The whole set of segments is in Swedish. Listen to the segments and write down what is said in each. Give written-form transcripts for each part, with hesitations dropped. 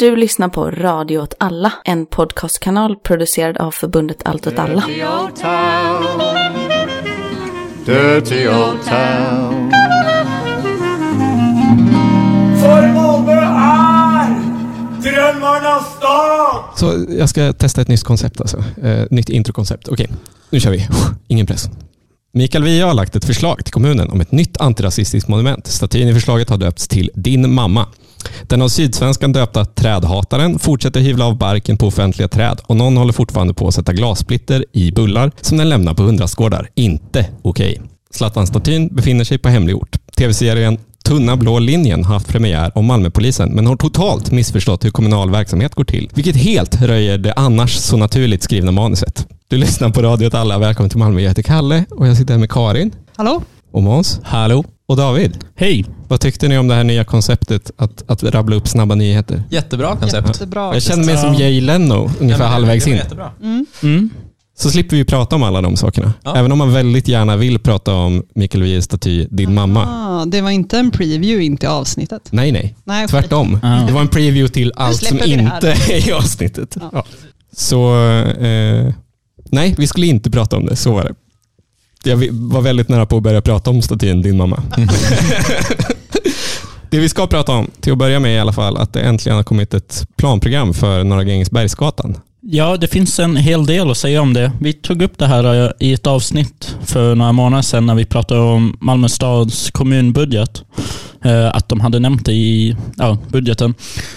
Du lyssnar på Radio åt alla, en podcastkanal producerad av förbundet Allt åt alla. Dirty old town, dirty old town. För många är drömmarnas stad. Så jag ska testa ett nytt koncept alltså. Nytt introkoncept. Okej, nu kör vi. Ingen press. Mikael Wiehe har lagt ett förslag till kommunen om ett nytt antirasistiskt monument. Statyn i förslaget har döpts till Din mamma. Den av Sydsvenskan döpta trädhataren fortsätter hyvla av barken på offentliga träd och någon håller fortfarande på att sätta glassplitter i bullar som den lämnar på hundrastgårdar. Inte okej. Zlatan-statyn befinner sig på hemlig ort. TV-serien Tunna blå linjen har haft premiär om Malmöpolisen men har totalt missförstått hur kommunal verksamhet går till, vilket helt röjer det annars så naturligt skrivna manuset. Du lyssnar på Radio åt alla. Välkommen till Malmö. Jag heter Kalle och jag sitter här med Karin. Hallå. Och Måns. Hallå. Och David. Hej. Vad tyckte ni om det här nya konceptet att rabbla upp snabba nyheter? Jättebra koncept. Jättebra. Jag känner mig som Jay Leno ungefär halvvägs in. Jättebra. Så slipper vi prata om alla de sakerna. Ja. Även om man väldigt gärna vill prata om Mikael Wiehes staty Din mamma. Det var inte en preview in till avsnittet. Nej. Nej, Tvärtom. Ja. Det var en preview till allt som släpper vi det inte här. är i avsnittet. Ja. Ja. Så nej, vi skulle inte prata om det. Så var det. Jag var väldigt nära på att börja prata om statyn Din mamma. Det vi ska prata om, till att börja med i alla fall, att det äntligen har kommit ett planprogram för Norra Grängesbergsgatan. Ja, det finns en hel del att säga om det. Vi tog upp det här i ett avsnitt för några månader sedan när vi pratade om Malmö stads kommunbudget. Att de hade nämnt det i budgeten.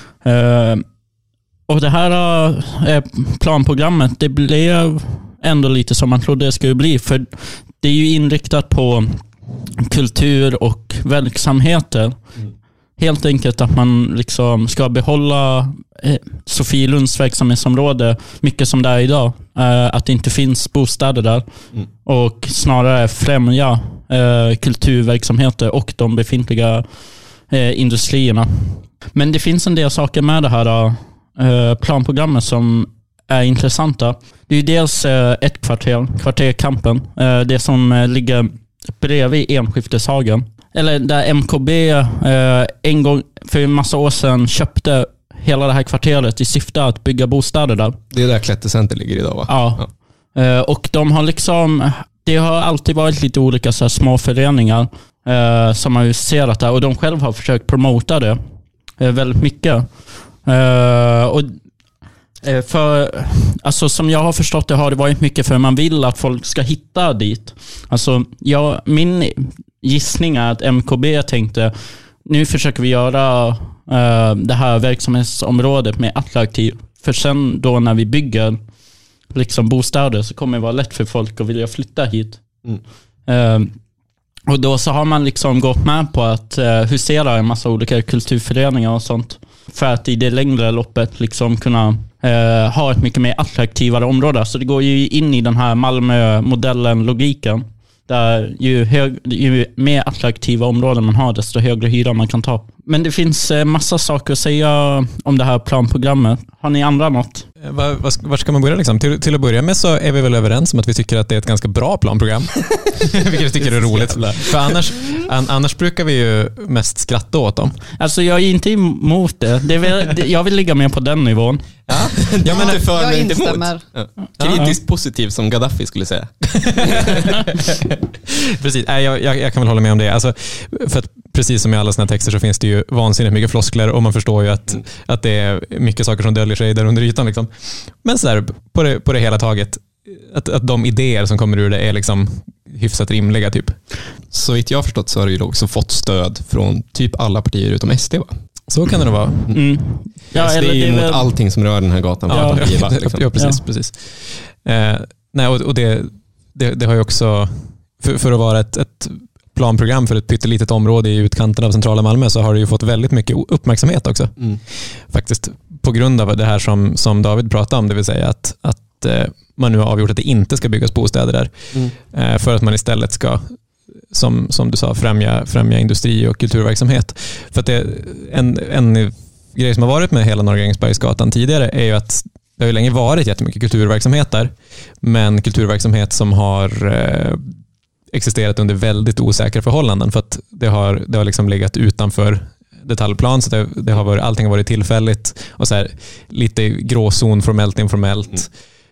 Och det här planprogrammet, det blev ändå lite som man trodde det skulle bli. För det är ju inriktat på kultur och verksamheter. Helt enkelt att man liksom ska behålla Sofielunds verksamhetsområde mycket som det är idag. Att det inte finns bostäder där. Och snarare främja kulturverksamheter och de befintliga industrierna. Men det finns en del saker med det här planprogrammet som är intressanta. Det är ju dels ett kvarter Kampen. Det som ligger bredvid Enskifteshagen. Eller där MKB en gång för en massa år sedan köpte hela det här kvarteret i syfte att bygga bostäder där. Det är där Klättercenter ligger idag, va? Ja. Och de har liksom, det har alltid varit lite olika så här små föreningar som har userat där och de själva har försökt promota det väldigt mycket. Och för, alltså som jag har förstått det har det varit mycket för man vill att folk ska hitta dit. Alltså min gissning är att MKB tänkte nu försöker vi göra det här verksamhetsområdet mer attraktivt. För sen då när vi bygger liksom bostäder så kommer det vara lätt för folk att vilja flytta hit. Och då så har man liksom gått med på att husera en massa olika kulturföreningar och sånt. För att i det längre loppet liksom kunna ha ett mycket mer attraktivare område. Så det går ju in i den här Malmö-modellen-logiken. Där ju mer attraktiva områden man har, desto högre hyra man kan ta. Men det finns massa saker att säga om det här planprogrammet. Har ni andra något? Var ska man börja liksom? Till att börja med så är vi väl överens om att vi tycker att det är ett ganska bra planprogram. Vilket jag tycker är roligt. För annars brukar vi ju mest skratta åt dem. Alltså jag är inte emot det. Jag vill ligga med på den nivån. Ja, men det för jag inte instämmer. emot. Ja. Kritiskt positiv som Gaddafi skulle säga. Precis, jag kan väl hålla med om det. Alltså, för att precis som i alla såna texter så finns det ju vansinnigt mycket floskler och man förstår ju att det är mycket saker som döljer sig där under ytan. Liksom. Men så här, på det hela taget, att de idéer som kommer ur det är liksom hyfsat rimliga typ. Så vitt jag har förstått så har det ju också fått stöd från typ alla partier utom SD, va? Så kan det vara. Ja, SD är ju mot allting som rör den här gatan. Ja, precis. Nej, och det har ju också för att vara ett planprogram för ett pyttelitet område i utkanten av centrala Malmö så har det ju fått väldigt mycket uppmärksamhet också. Faktiskt på grund av det här som David pratade om, det vill säga att man nu har avgjort att det inte ska byggas bostäder där. För att man istället ska, som du sa, främja industri och kulturverksamhet. För att en grej som har varit med hela Norra Grängesbergsgatan tidigare är ju att det har ju länge varit jättemycket kulturverksamhet där, men kulturverksamhet som har existerat under väldigt osäkra förhållanden för att det har liksom legat utanför detaljplan, så det har varit, allting har varit tillfälligt och så här, lite gråzon, formellt, informellt.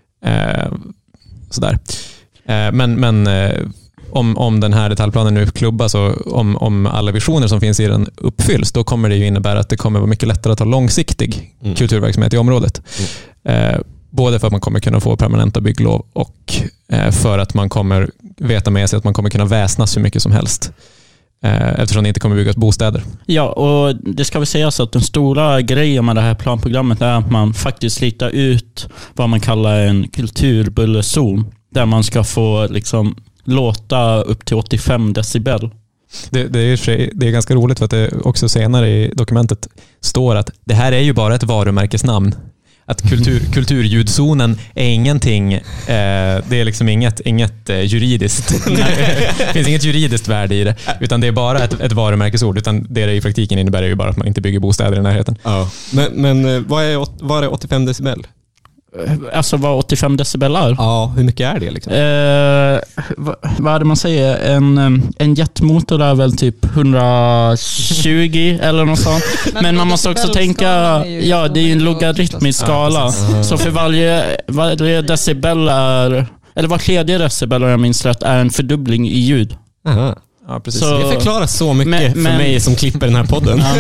Sådär. Men om den här detaljplanen nu klubbas och om alla visioner som finns i den uppfylls, då kommer det ju innebära att det kommer vara mycket lättare att ha långsiktig kulturverksamhet i området. Både för att man kommer kunna få permanenta bygglov och för att man kommer veta med sig att man kommer kunna väsnas hur mycket som helst. Eftersom det inte kommer byggas bostäder. Ja, och det ska vi säga så att den stora grejen med det här planprogrammet är att man faktiskt ritar ut vad man kallar en kulturbullerzon, där man ska få liksom låta upp till 85 decibel. Det är ganska roligt för att det också senare i dokumentet står att det här är ju bara ett varumärkesnamn. Att kulturljudzonen är ingenting, det är liksom inget juridiskt. Det finns inget juridiskt värde i det, utan det är bara ett varumärkesord, utan det i praktiken innebär ju bara att man inte bygger bostäder i närheten. Ja. Men vad är 85 decibel? Alltså vad 85 decibel är? Ja, hur mycket är det liksom? Vad är det man säger? En jetmotor är väl typ 120 eller något sånt. Men man måste också tänka, ja, det är ju en logaritmisk skala. Så för varje decibel eller var tredje decibel, om jag minns rätt, är en fördubbling i ljud. Aha. Ja, precis. Så, det förklarar så mycket för mig som klipper den här podden. Ja.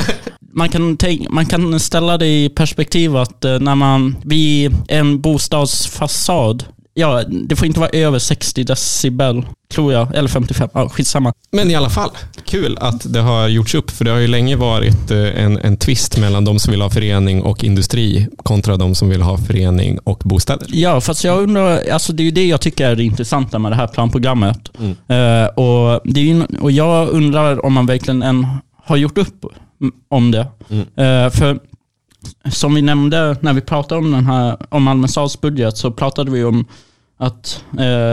Man kan ställa det i perspektiv att när man vid en bostadsfasad, ja, det får inte vara över 60 decibel, tror jag, eller 55, ja, skitsamma. Men i alla fall, kul att det har gjorts upp, för det har ju länge varit en twist mellan de som vill ha förening och industri kontra de som vill ha förening och bostäder. Ja, fast jag undrar, alltså det är ju det jag tycker är det intressanta med det här planprogrammet. Och jag undrar om man verkligen har gjort upp om det. För som vi nämnde när vi pratade om Malmö stads budget, så pratade vi om att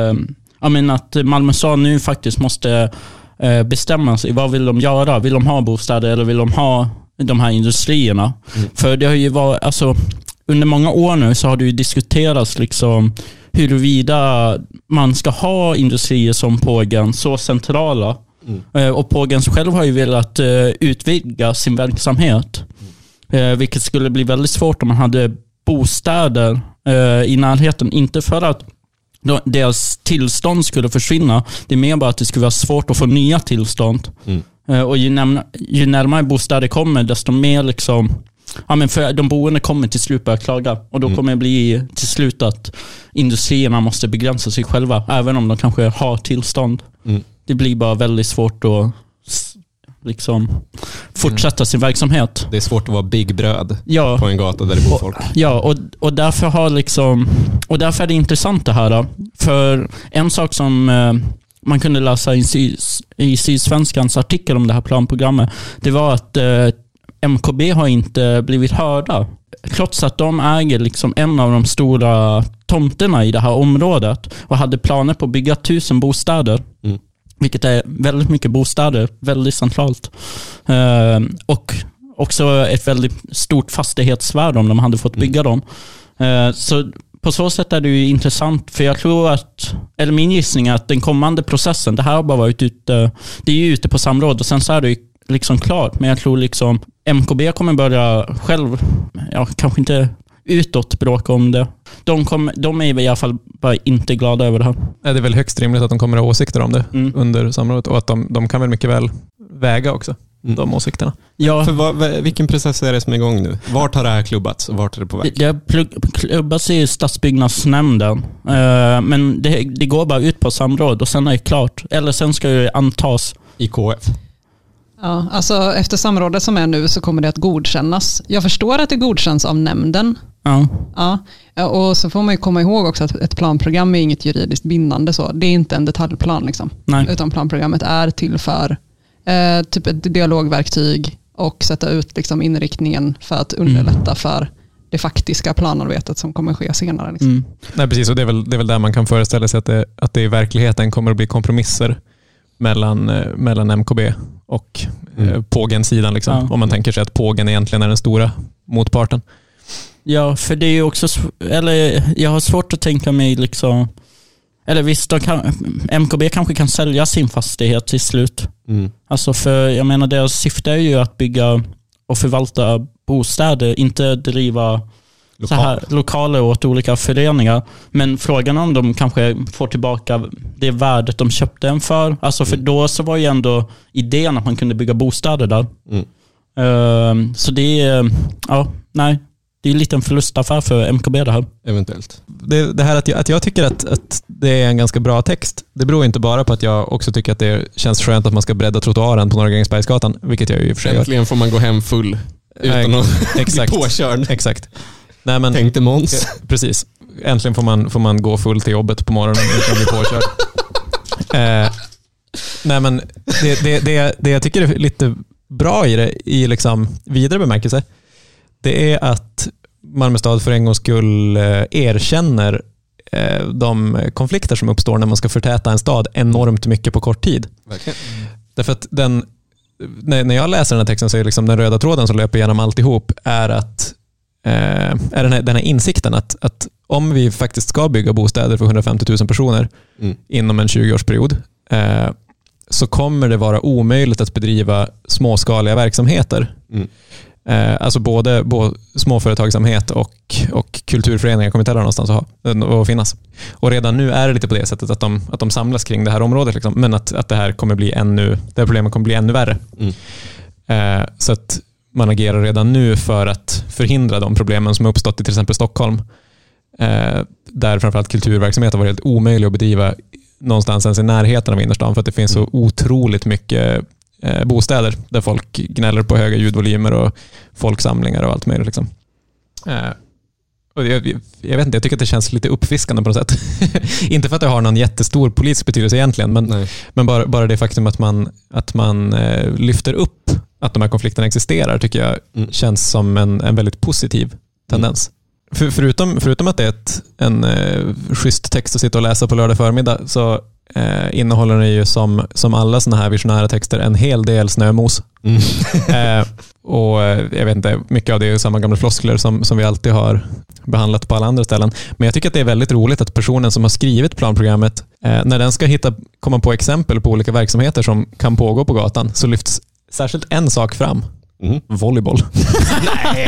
att Malmö stad nu faktiskt måste bestämma sig. Vad vill de göra? Vill de ha bostäder eller vill de ha de här industrierna? För det har ju varit, alltså, under många år nu så har det ju diskuterats liksom huruvida man ska ha industrier som Pågen så centrala. Och Pågens själv har ju velat utvidga sin verksamhet, vilket skulle bli väldigt svårt om man hade bostäder i närheten. Inte för att deras tillstånd skulle försvinna, det är mer bara att det skulle vara svårt att få nya tillstånd. Och ju närmare bostäder kommer, desto mer liksom, ja, men för de boende kommer till slut börja klaga, och då kommer det bli till slut att industrierna måste begränsa sig själva, även om de kanske har tillstånd. Det blir bara väldigt svårt att liksom fortsätta sin verksamhet. Det är svårt att vara bigbröd på en gata där det bor folk. Ja, och därför är det intressant det här. För en sak som man kunde läsa i Sydsvenskans artikel om det här planprogrammet, det var att MKB har inte blivit hörda. Trots att de äger liksom en av de stora tomterna i det här området och hade planer på att bygga 1000 bostäder. Vilket är väldigt mycket bostäder, väldigt centralt. Och också ett väldigt stort fastighetsvärde om de hade fått bygga dem. Så på så sätt är det ju intressant, för jag tror att, eller min gissning är att den kommande processen, det här har bara varit ute, det är ju ute på samråd och sen så är det ju liksom klart. Men jag tror liksom MKB kommer börja själv, kanske inte utåt bråka om det. De är i alla fall bara inte glada över det här. Det är väl högst rimligt att de kommer att ha åsikter om det under samrådet, och att de kan väl mycket väl väga också de åsikterna. Ja. För vilken process är det som är igång nu? Vart har det här klubbats och vart är det på väg? Det har klubbats i stadsbyggnadsnämnden, men det går bara ut på samråd och sen är det klart. Eller sen ska det antas i KF. Ja, alltså efter samrådet som är nu så kommer det att godkännas. Jag förstår att det godkänns av nämnden. Ja, och så får man ju komma ihåg också att ett planprogram är inget juridiskt bindande så. Det är inte en detaljplan liksom. Nej. Utan planprogrammet är till för typ ett dialogverktyg och sätta ut liksom inriktningen för att underlätta för det faktiska planarbetet som kommer ske senare. Liksom. Nej, precis, och det är väl där man kan föreställa sig att det i verkligheten kommer att bli kompromisser mellan MKB och Pågen-sidan liksom. Om man tänker sig att Pågen egentligen är den stora motparten. Ja, för det är ju också, eller jag har svårt att tänka mig liksom eller visst, MKB kanske kan sälja sin fastighet till slut. Alltså för jag menar, deras syfte är ju att bygga och förvalta bostäder, inte driva så här lokaler åt olika föreningar. Men frågan om de kanske får tillbaka det värdet de köpte den för. Alltså för då så var ju ändå idén att man kunde bygga bostäder där. Så det är, det är en liten förlustaffär för MKB det här. Eventuellt. Det här att jag tycker att det är en ganska bra text, det beror inte bara på att jag också tycker att det känns skönt att man ska bredda trottoaren på Norra Grängesbergsgatan, vilket jag ju i och för sig gör. Äntligen får man gå hem full utan att bli påkörd. Exakt. Nej, men, tänkte Måns. Precis. Äntligen får man gå full till jobbet på morgonen utan att bli påkörd. Nej, men det jag tycker är lite bra i det, i liksom vidare bemärkelse, det är att Malmö stad för en gångs skull erkänner de konflikter som uppstår när man ska förtäta en stad enormt mycket på kort tid. Verkligen. Därför att när jag läser den här texten så är liksom den röda tråden som löper igenom alltihop är att den här insikten att om vi faktiskt ska bygga bostäder för 150 000 personer inom en 20-årsperiod så kommer det vara omöjligt att bedriva småskaliga verksamheter. Alltså både småföretagsamhet och kulturföreningar kommer inte heller någonstans att finnas. Och redan nu är det lite på det sättet att de samlas kring det här området liksom, men att det här kommer bli det problemet kommer bli ännu värre. Så att man agerar redan nu för att förhindra de problemen som har uppstått i till exempel Stockholm, där framförallt kulturverksamhet har varit helt omöjlig att bedriva någonstans ens i närheten av innerstan, för att det finns så otroligt mycket bostäder där folk gnäller på höga ljudvolymer och folksamlingar och allt möjligt liksom. Och jag vet inte, jag tycker att det känns lite uppfiskande på något sätt. Inte för att det har någon jättestor politisk betydelse egentligen, men bara det faktum att man lyfter upp att de här konflikterna existerar tycker jag känns som en väldigt positiv tendens. Förutom att det är en schysst text att sitta och läsa på lördag förmiddag, så innehåller den ju som alla såna här visionära texter en hel del snömos. Och jag vet inte, mycket av det är samma gamla floskler som vi alltid har behandlat på alla andra ställen. Men jag tycker att det är väldigt roligt att personen som har skrivit planprogrammet, när den ska komma på exempel på olika verksamheter som kan pågå på gatan, så lyfts särskilt en sak fram. Volleyboll. Nej.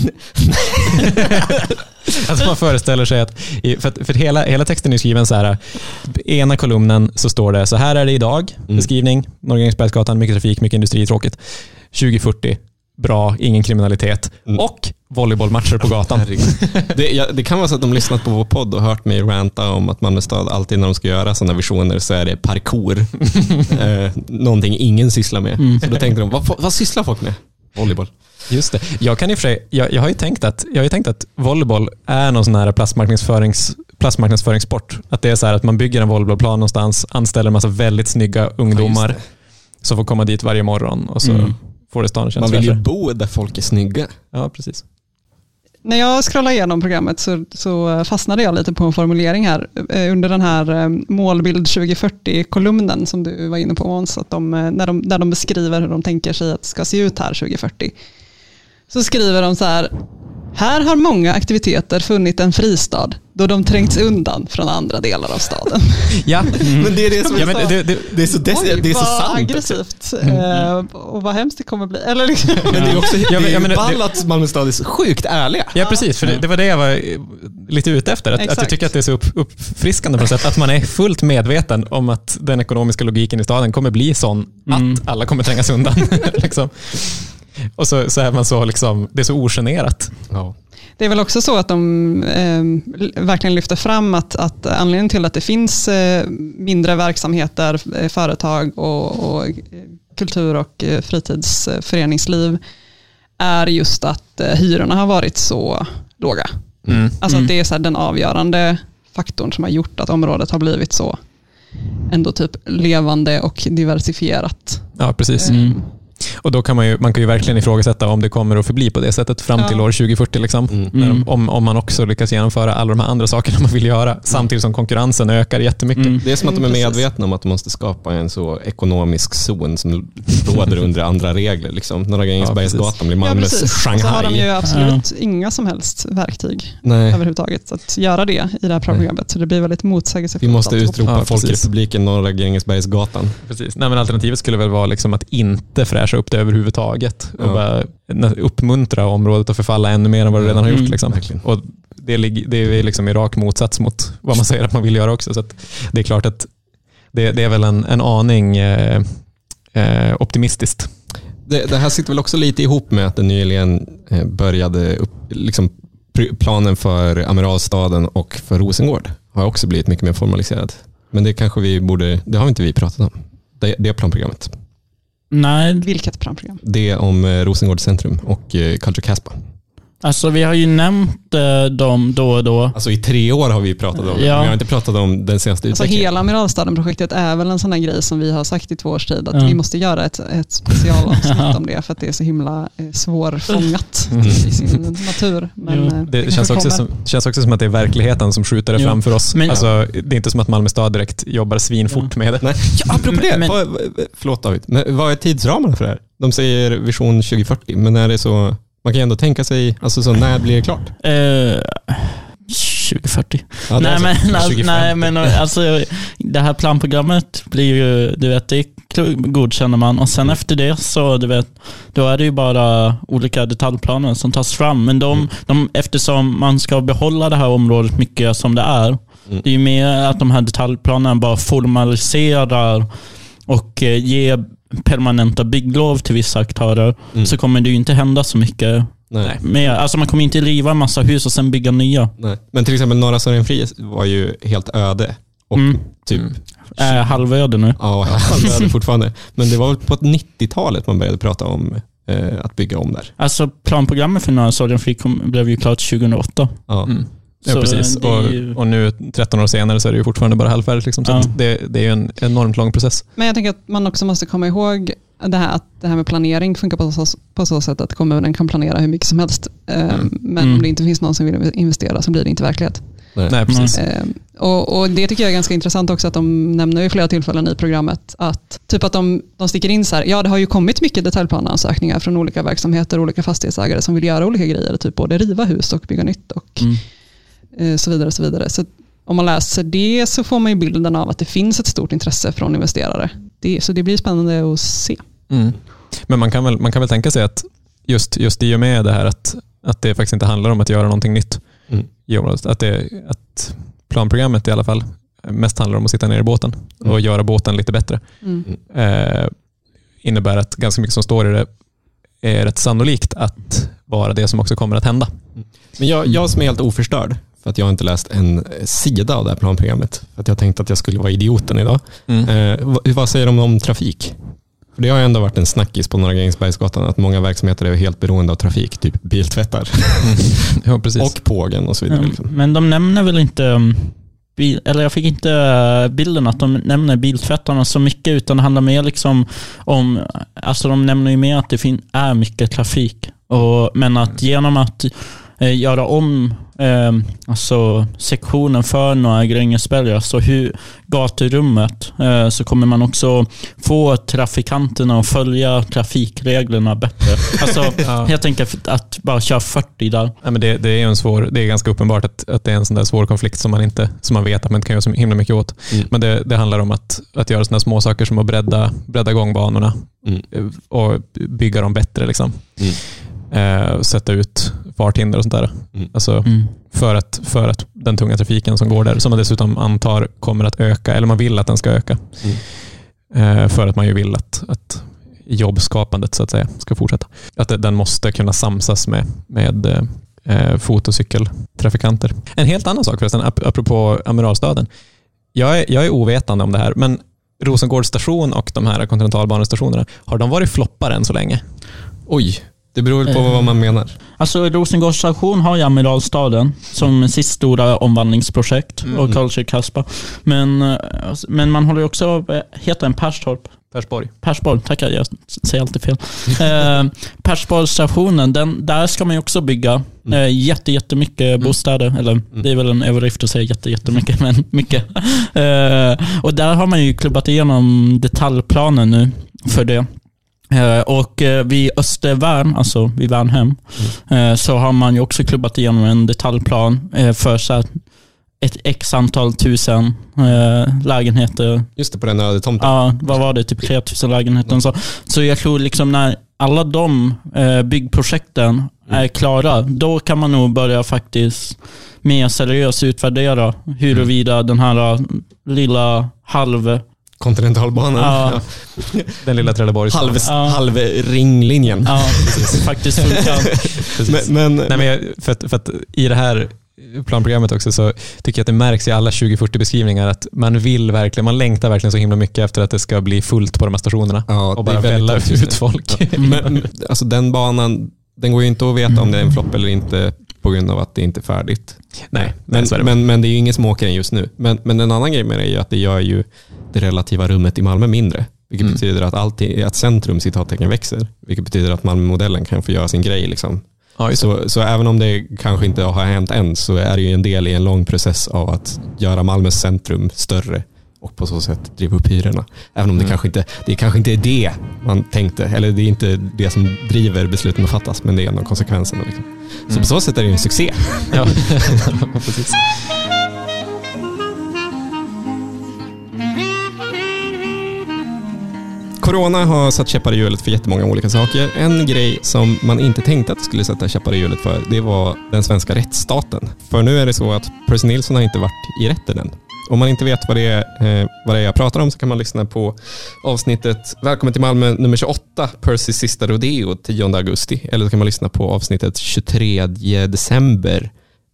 Alltså man föreställer sig att för hela texten är skriven så här, ena kolumnen så står det så här är det idag, beskrivning, Norra Grängesbergsgatan, mycket trafik, mycket industri, tråkigt. 2040, bra, ingen kriminalitet och volleybollmatcher på gatan. Det kan vara så att de lyssnat på vår podd och hört mig ranta om att Malmö stad alltid när de ska göra sådana visioner så är det parkour. Någonting ingen sysslar med. Så då tänkte de, vad sysslar folk med? Volleyboll. Just det. Jag kan i och för sig, jag har ju tänkt att volleyboll är någon sån här plastmarknadsföringssport. Att det är så här att man bygger en volleybollplan någonstans, anställer en massa väldigt snygga ungdomar som får komma dit varje morgon och så får det stan känns. Man vill ju bo där folk är snygga. Ja, precis. När jag scrollade igenom programmet så fastnade jag lite på en formulering här under den här målbild 2040-kolumnen som du var inne på, Måns, att där de beskriver hur de tänker sig att det ska se ut här 2040. Så skriver de så här har många aktiviteter funnit en fristad då de trängts undan från andra delar av staden. Ja, men det är det som det är så det är så sant. Aggressivt. Och vad hemskt det kommer bli. Eller liksom. Men det är också ball att Malmö stad är så sjukt ärliga. Ja, precis. För det var det jag var lite ute efter. Att jag tycker att det är så uppfriskande på något sätt. Att man är fullt medveten om att den ekonomiska logiken i staden kommer bli sån att alla kommer trängas undan. Liksom. Och så är man så liksom, det är så ogenerat. Ja. Det är väl också så att de verkligen lyfter fram att anledningen till att det finns mindre verksamheter, företag och kultur- och fritidsföreningsliv är just att hyrorna har varit så låga. Alltså att det är så här den avgörande faktorn som har gjort att området har blivit så ändå typ levande och diversifierat. Ja, precis. Och då kan man kan ju verkligen ifrågasätta om det kommer att förbli på det sättet fram till år 2040 liksom. Om man också lyckas genomföra alla de här andra sakerna man vill göra samtidigt som konkurrensen ökar jättemycket. Det är som att de är medvetna om att de måste skapa en så ekonomisk zon som råder under andra regler liksom. Norra Grängesbergsgatan blir Malmös Shanghai. Så har de ju absolut inga som helst verktyg överhuvudtaget att göra det i det här programmet. Så det blir väldigt motsägelsefullt. Vi måste utropa Folkrepubliken Norra Grängesbergsgatan. Precis. Nej, men alternativet skulle väl vara liksom att inte fräscha upp det överhuvudtaget och bara uppmuntra området att förfalla ännu mer än vad det redan har gjort. Liksom. Och det är liksom i rak motsats mot vad man säger att man vill göra också. Så att det är klart att det är väl en aning optimistiskt. Det här sitter väl också lite ihop med att det nyligen började liksom planen för Amiralstaden och för Rosengård har också blivit mycket mer formaliserad. Men det kanske det har inte vi pratat om. Det planprogrammet. Nej. Vilket planprogram? Det om Rosengård centrum och Culture Caspa. Alltså vi har ju nämnt dem då och då. Alltså i 3 år har vi pratat om det. Vi har inte pratat om den senaste utvecklingen. Hela Amiralstaden-projektet är väl en sån här grej som vi har sagt i 2 års tid att vi måste göra ett specialavsnitt om det för att det är så himla svårfångat i sin natur. Men det känns också som att det är verkligheten som skjuter det framför oss. Men, alltså, det är inte som att Malmö stad direkt jobbar svinfort med det. Nej. Ja, apropå det. Förlåt David. Men vad är tidsramarna för det här? De säger vision 2040, men är det så... Man kan ju ändå tänka sig, alltså så när blir det klart? 2040. Ja, nej, men alltså det här planprogrammet blir ju, du vet, det godkänner man och sen efter det så du vet, då är det ju bara olika detaljplaner som tas fram, men de eftersom man ska behålla det här området mycket som det är, det är ju mer att de här detaljplanerna bara formaliserar och ger permanenta bygglov till vissa aktörer, så kommer det ju inte hända så mycket. Nej. Alltså man kommer inte riva en massa hus och sen bygga nya. Nej. Men till exempel Norra Sorgenfri var ju helt öde och typ halvöde nu. Ja, halvöde fortfarande. Men det var väl på 90-talet man började prata om att bygga om där. Alltså planprogrammet för Norra Sorgenfri blev ju klart 2008. Ja. Ja, precis. Och nu 13 år senare så är det ju fortfarande bara halvfärdigt. Liksom. Så det är ju en enormt lång process. Men jag tänker att man också måste komma ihåg att det här med planering funkar på så sätt att kommunen kan planera hur mycket som helst. Men om det inte finns någon som vill investera så blir det inte verklighet. Nej, precis. Och det tycker jag är ganska intressant också att de nämner i flera tillfällen i programmet att typ att de sticker in så här, ja det har ju kommit mycket detaljplanansökningar från olika verksamheter och olika fastighetsägare som vill göra olika grejer, typ både riva hus och bygga nytt och så vidare och så vidare. Så om man läser det så får man ju bilden av att det finns ett stort intresse från investerare. Så det blir spännande att se. Men man kan väl tänka sig att just i och med det här att det faktiskt inte handlar om att göra någonting nytt i området. Att planprogrammet i alla fall mest handlar om att sitta ner i båten och göra båten lite bättre. Innebär att ganska mycket som står i det är rätt sannolikt att vara det som också kommer att hända. Men jag som är helt oförstörd för att jag inte läst en sida av det här planprogrammet. För att jag tänkte att jag skulle vara idioten idag. Vad säger de om trafik? För det har ju ändå varit en snackis på Norra Grängesbergsgatan att många verksamheter är helt beroende av trafik, typ biltvättar. Ja, precis. Och pågen och så vidare. Liksom. Men de nämner väl inte eller jag fick inte bilden att de nämner biltvättarna så mycket, utan det handlar mer liksom om, alltså de nämner ju mer att det är mycket trafik men att genom att göra om alltså sektionen för Norra Grängesberg, alltså gaturummet, så kommer man också få trafikanterna att följa trafikreglerna bättre. Alltså helt enkelt att bara köra 40 där. Ja, men det är det är ganska uppenbart att det är en sån där svår konflikt som man vet att man inte kan göra så himla mycket åt. Men det handlar om att göra såna små saker som att bredda gångbanorna och bygga dem bättre liksom. Sätta ut farthinder och sånt där. Alltså för att den tunga trafiken som går där, som man dessutom antar kommer att öka, eller man vill att den ska öka. För att man ju vill att jobbskapandet så att säga ska fortsätta. Att den måste kunna samsas med fot- och cykeltrafikanter. En helt annan sak förresten, apropå Amiralstaden. Jag är ovetande om det här, men Rosengård station och de här kontinentalbanestationerna, har de varit floppar än så länge? Oj, det beror på vad man menar. Alltså Rosengårds station har ju Amiralstaden som sitt stora omvandlingsprojekt och Culture Caspa. Men man håller ju också, heter en Perstorp Persborg, tackar. Jag säger alltid fel. Persborgsstationen, där ska man ju också bygga jättemycket bostäder. Eller det är väl en överdrift att säga jättemycket, men mycket. Och där har man ju klubbat igenom detaljplanen nu för det. Och vid Östervärn, alltså vid Värnhem, så har man ju också klubbat igenom en detaljplan för så här ett x antal tusen lägenheter. Just det, på den öde tomten. Ja, vad var det? Typ 3000 lägenheter. Så jag tror liksom när alla de byggprojekten är klara, då kan man nog börja faktiskt mer seriöst utvärdera huruvida den här lilla Kontinentalbanan. Ja. Den lilla Trelleborgs. Halvringlinjen. Ja, faktiskt funkar. Men för att i det här planprogrammet också så tycker jag att det märks i alla 2040 beskrivningar att man längtar verkligen så himla mycket efter att det ska bli fullt på de här stationerna och bara välla ut folk. Ja. Men alltså den banan, den går ju inte att veta om det är en flopp eller inte på grund av att det inte är färdigt. Nej, men det är ju ingen som åker den just nu. Men en annan grej med det är ju att det gör ju det relativa rummet i Malmö mindre. Vilket betyder att centrum citattecken växer. Vilket betyder att Malmö-modellen kan få göra sin grej liksom. Ja, så även om det kanske inte har hänt än så är det ju en del i en lång process av att göra Malmös centrum större och på så sätt driva upp hyrorna. Även om det kanske inte är det man tänkte, eller det är inte det som driver besluten att fattas, men det är en av konsekvenserna. Liksom. Så på så sätt är det en succé. Ja, precis. Corona har satt käppar i hjulet för jättemånga olika saker. En grej som man inte tänkte att det skulle sätta käppar i hjulet för, det var den svenska rättsstaten. För nu är det så att Percy Nilsson har inte varit i rätten än. Om man inte vet vad det är jag pratar om så kan man lyssna på avsnittet Välkommen till Malmö nummer 28, Percys sista rodeo 10 augusti. Eller så kan man lyssna på avsnittet 23 december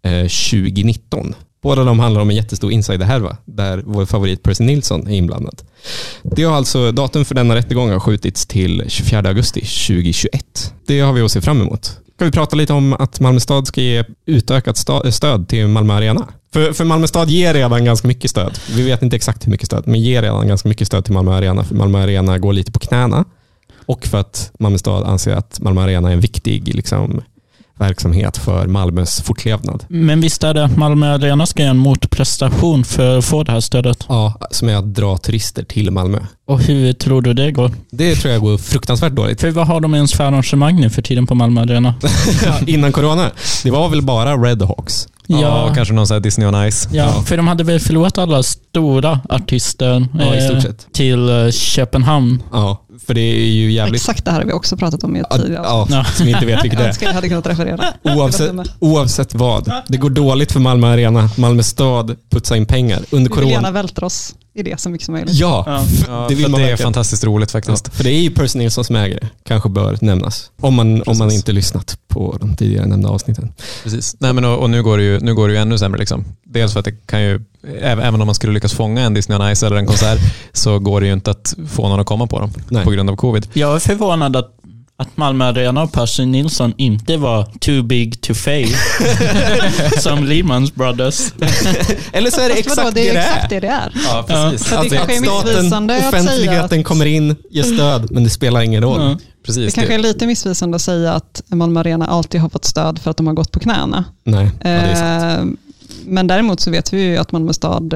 2019. Båda de handlar om en jättestor insiderhärva där vår favorit Percy Nilsson är inblandad. Det har alltså datum för denna rättegång har skjutits till 24 augusti 2021. Det har vi att se fram emot. Ska vi prata lite om att Malmö stad ska ge utökat stöd till Malmö Arena? För Malmö stad ger redan ganska mycket stöd. Vi vet inte exakt hur mycket stöd, men ger redan ganska mycket stöd till Malmö Arena. För Malmö Arena går lite på knäna. Och för att Malmö stad anser att Malmö Arena är en viktig verksamhet för Malmös fortlevnad. Men visst är det att Malmö Arena ska göra en motprestation för att få det här stödet? Ja, som är att dra turister till Malmö. Och hur tror du det går? Det tror jag går fruktansvärt dåligt. För vad har de ens för arrangemang nu för tiden på Malmö Arena? Innan corona. Det var väl bara Red Hawks. Ja, kanske någon sån här Disney on Ice. Ja, för de hade väl förlorat alla stora artister i stort sett. Till Köpenhamn. Ja, för det är ju jävligt... Exakt det här har vi också pratat om i ett tidigare. Ja, som inte vet vilket det är. Jag hade kunnat referera. Oavsett vad. Det går dåligt för Malmö Arena. Malmö stad putsar in pengar. Under corona. Vi vill gärna vältra oss i det så mycket som möjligt. Ja. Det vill man. Det är fantastiskt roligt faktiskt. Ja, för det är ju Percy Nilsson som äger det. Kanske bör nämnas. Om man inte lyssnat på de tidigare nämnda avsnitten. Precis. Nej, men och nu går det ju ännu sämre liksom. Dels för att det kan ju, även om man skulle lyckas fånga en Disney on Ice eller en konsert, så går det ju inte att få någon att komma på dem. Nej. På grund av covid. Jag är förvånad att Malmö Arena och Percy Nilsson inte var too big to fail som Lehman Brothers. Eller så är det exakt det är. Exakt det är. Ja, precis. Så det kanske är missvisande offentligheten kommer in, ger stöd, men det spelar ingen roll. Ja. Precis, det kanske är lite missvisande att säga att Malmö Arena alltid har fått stöd för att de har gått på knäna. Nej, det är sant. Men däremot så vet vi ju att Malmö stad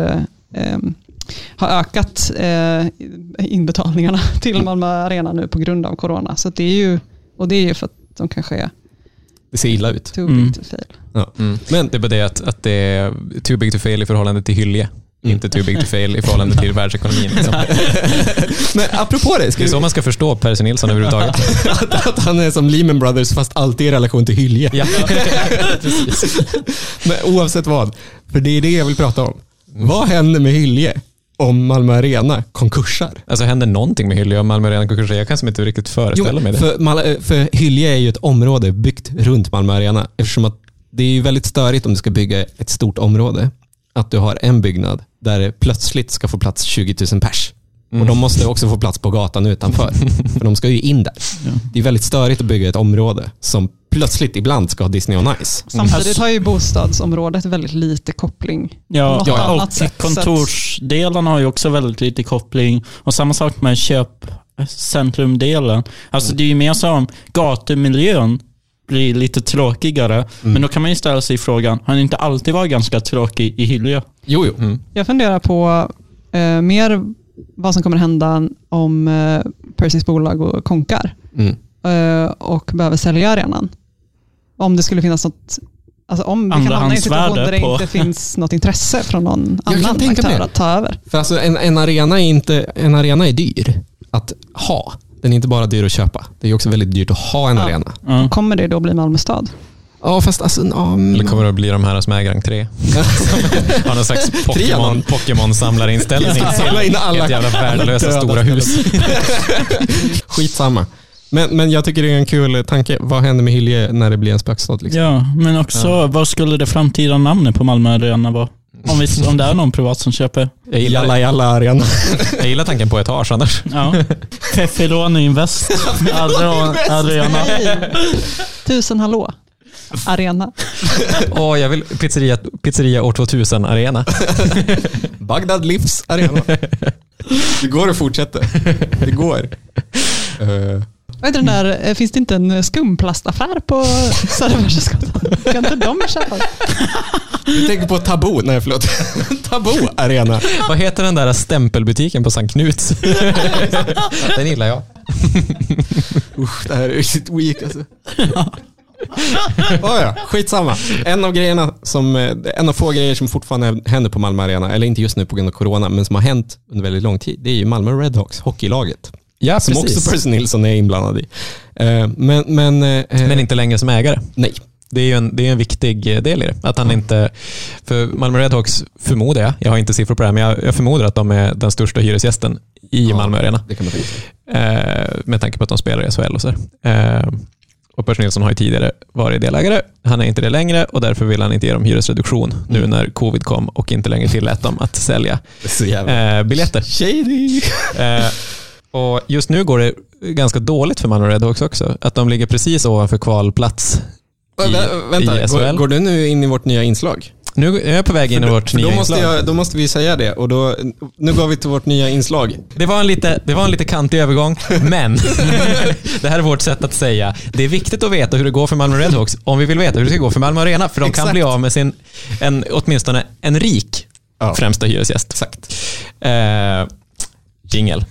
har ökat inbetalningarna till Malmö Arena nu på grund av corona. Så det är ju för att de kanske är... Det ser illa ut. Too big to fail. Ja. Men det är bara det att det är too big to fail i förhållande till Hylje. Inte too big to fail i förhållande till världsekonomin. Liksom. Men apropå det. Det är så man ska förstå Percy Nilsson överhuvudtaget. att han är som Lehman Brothers fast alltid i relation till Hylje. Ja. Precis. Men oavsett vad. För det är det jag vill prata om. Vad händer med Hylje om Malmö Arena konkursar? Alltså händer någonting med Hylje om Malmö Arena konkursar? Jag kan som inte riktigt föreställa mig det. För Hylje är ju ett område byggt runt Malmö Arena. Eftersom att det är ju väldigt störigt om du ska bygga ett stort område. Att du har en byggnad där det plötsligt ska få plats 20 000 pers. Och de måste också få plats på gatan utanför. För de ska ju in där. Ja. Det är väldigt störigt att bygga ett område som plötsligt ibland ska ha Disney on Ice. Samtidigt har ju bostadsområdet väldigt lite koppling. Och kontorsdelarna har ju också väldigt lite koppling. Och samma sak med köpcentrumdelen. Alltså det är ju mer som gatumiljön blir lite tråkigare. Men då kan man ju ställa sig frågan, har den inte alltid varit ganska tråkig i Hyllie? Jo. Jag funderar på mer vad som kommer hända om Percys bolag och konkar och behöver sälja arenan. Om det skulle finnas något, alltså om vi kan hamna i en situation där det inte finns något intresse från någon annan aktör att ta över. För alltså en arena är dyr att ha. Den är inte bara dyr att köpa. Det är också väldigt dyrt att ha en arena. Kommer det då bli Malmö stad? Ja, fast alltså... Eller kommer det att bli de här som äger entré? Har någon slags Pokémon-samlarinställning. Samla in alla ett jävla värdelösa stora hus. Skitsamma. Men jag tycker det är en kul tanke. Vad händer med Hyllie när det blir en spökstad? Liksom? Ja, men också vad skulle det framtida namnet på Malmö Arena vara? Om det är någon privat som köper. Jalla arena. Jag gillar tanken på etage annars. Ja. Pepperoni Invest Arena. 1000 hallå. Arena. Jag vill pizzeria år 2000 arena. Bagdad Livs arena. Det går att fortsätta. Det går. Vet du, den där, finns det inte en skumplastaffär på Söderbergsgatan? Kan inte de köpa? Du tänker på Tabu? Nej, förlåt. Tabu arena. Vad heter den där stämpelbutiken på Sankt Knuts? Den gillar jag. Usch, det här är riktigt weak alltså. Skitsamma. En av få grejer som fortfarande händer på Malmö Arena, eller inte just nu på grund av corona, men som har hänt under väldigt lång tid, det är ju Malmö Redhawks, hockeylaget. Ja, som precis. också Percy Nilsson är inblandad i. Men inte längre som ägare. Nej. Det är en viktig del i det. Att han inte... För Malmö Redhawks förmodar jag har inte siffror på det här, men jag förmodar att de är den största hyresgästen i Malmö Arena. Det kan man tänka. Med tanke på att de spelar i SHL och så. Och Percy Nilsson har ju tidigare varit delägare. Han är inte det längre och därför vill han inte ge dem hyresreduktion nu när covid kom och inte längre tillät dem att sälja biljetter. Shady! Och just nu går det ganska dåligt för Malmö Redhawks också. Att de ligger precis ovanför kvalplats i SHL. Går du nu in i vårt nya inslag? Nu är jag på väg in i vårt nya inslag. Då måste vi säga det. Och nu går vi till vårt nya inslag. Det var en lite kantig övergång, men det här är vårt sätt att säga. Det är viktigt att veta hur det går för Malmö Redhawks om vi vill veta hur det ska gå för Malmö Arena. För de kan bli av med åtminstone en rik främsta hyresgäst. Exakt. Jingle.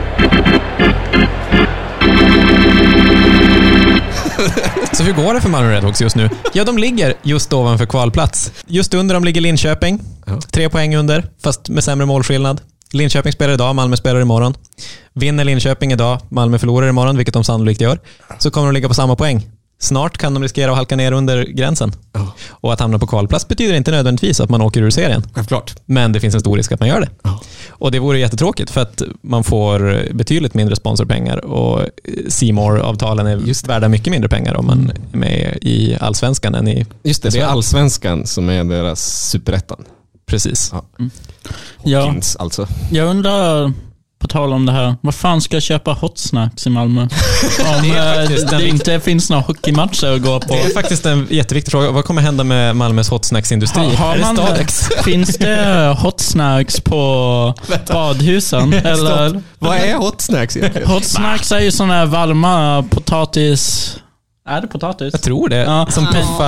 Så hur går det för Malmö Redhawks just nu? Ja, de ligger just ovanför kvalplats. Just under dem ligger Linköping. 3 poäng under, fast med sämre målskillnad. Linköping spelar idag, Malmö spelar imorgon. Vinner Linköping idag, Malmö förlorar imorgon, vilket de sannolikt gör. Så kommer de ligga på samma poäng. Snart kan de riskera att halka ner under gränsen. Och att hamna på kvalplats betyder inte nödvändigtvis att man åker ur serien. Självklart. Men det finns en stor risk att man gör det. Och det vore jättetråkigt för att man får betydligt mindre sponsorpengar och C-more-avtalen är just värda mycket mindre pengar om man är med i Allsvenskan än i... Just det är Allsvenskan som är deras superettan. Precis. Hawkins, alltså. Jag undrar... På tal om det här, vad fan ska jag köpa hot snacks i Malmö? Om det inte finns några hockeymatcher att gå på. Det är faktiskt en jätteviktig fråga. Vad kommer hända med Malmös hot snacks-industri? Finns det hot snacks på badhusen? Eller? Vad är hot snacks egentligen? Hot snacks är ju sådana här varma potatis... Är det potatis? Jag tror det. Som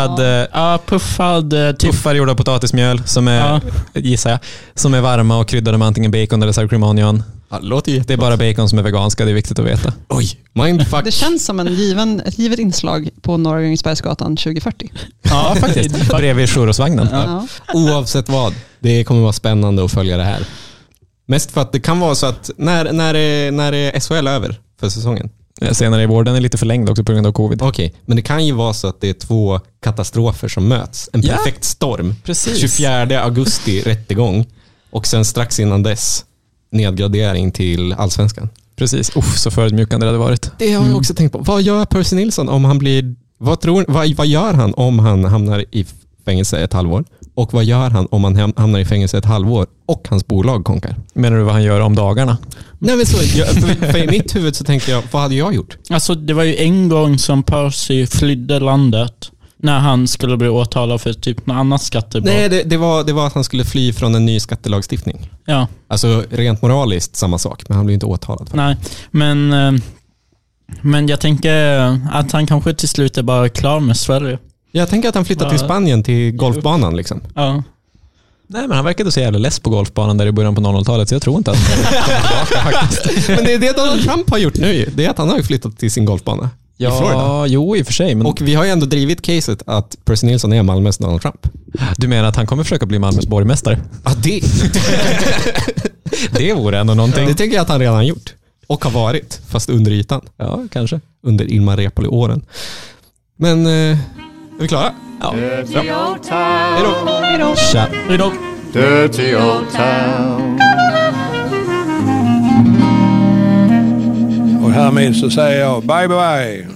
puffar gjorda potatismjöl som är, gissar jag, som är varma och kryddade med antingen bacon eller sour cream onion. Det är bara bacon som är veganska, det är viktigt att veta. Oj, mindfuck. Det känns som ett givet inslag på Norra Grängesbergsgatan 2040. Ja, faktiskt. Bredvid churrosvagnen. Ja. Oavsett vad, det kommer vara spännande att följa det här. Mest för att det kan vara så att när är SHL över för säsongen? Senare i vår, den är lite förlängd också på grund av covid. Okej, men det kan ju vara så att det är 2 katastrofer som möts. En perfekt storm. Precis. 24 augusti rättegång och sen strax innan dess nedgradering till Allsvenskan. Precis. Så förödmjukande det hade varit. Det har jag också tänkt på. Vad gör Percy Nilsson om han blir... Vad gör han om han hamnar i fängelse ett halvår Och vad gör han om han hamnar i fängelse ett halvår och hans bolag konkar? Menar du vad han gör om dagarna? Nej, men så, för i mitt huvud så tänkte jag, vad hade jag gjort? Alltså det var ju en gång som Percy flydde landet när han skulle bli åtalad för typ något annat skattebrott. Nej, det var att han skulle fly från en ny skattelagstiftning. Ja. Alltså rent moraliskt samma sak, men han blev inte åtalad. Nej, men jag tänker att han kanske till slut är bara klar med Sverige. Jag tänker att han flyttar till Spanien, till golfbanan liksom. Ja. Nej, men han verkade så jävla less på golfbanan där i början på 00-talet, så jag tror inte att han kommer tillbaka faktiskt. Men det är det Donald Trump har gjort nu. Det är att han har flyttat till sin golfbana i Florida. Jo, i och för sig. Men... Och vi har ju ändå drivit caset att Percy Nilsson är Malmös Donald Trump. Du menar att han kommer försöka bli Malmös borgmästare? Ja, Det vore ändå någonting. Det tänker jag att han redan gjort. Och har varit, fast under ytan. Ja, kanske. Under Ilmar Reepalu-åren. Men, är vi klara? Ja. Dirty old town. Hejdå. Tja. Hejdå. Dirty old town. Och härmed så säger jag bye bye.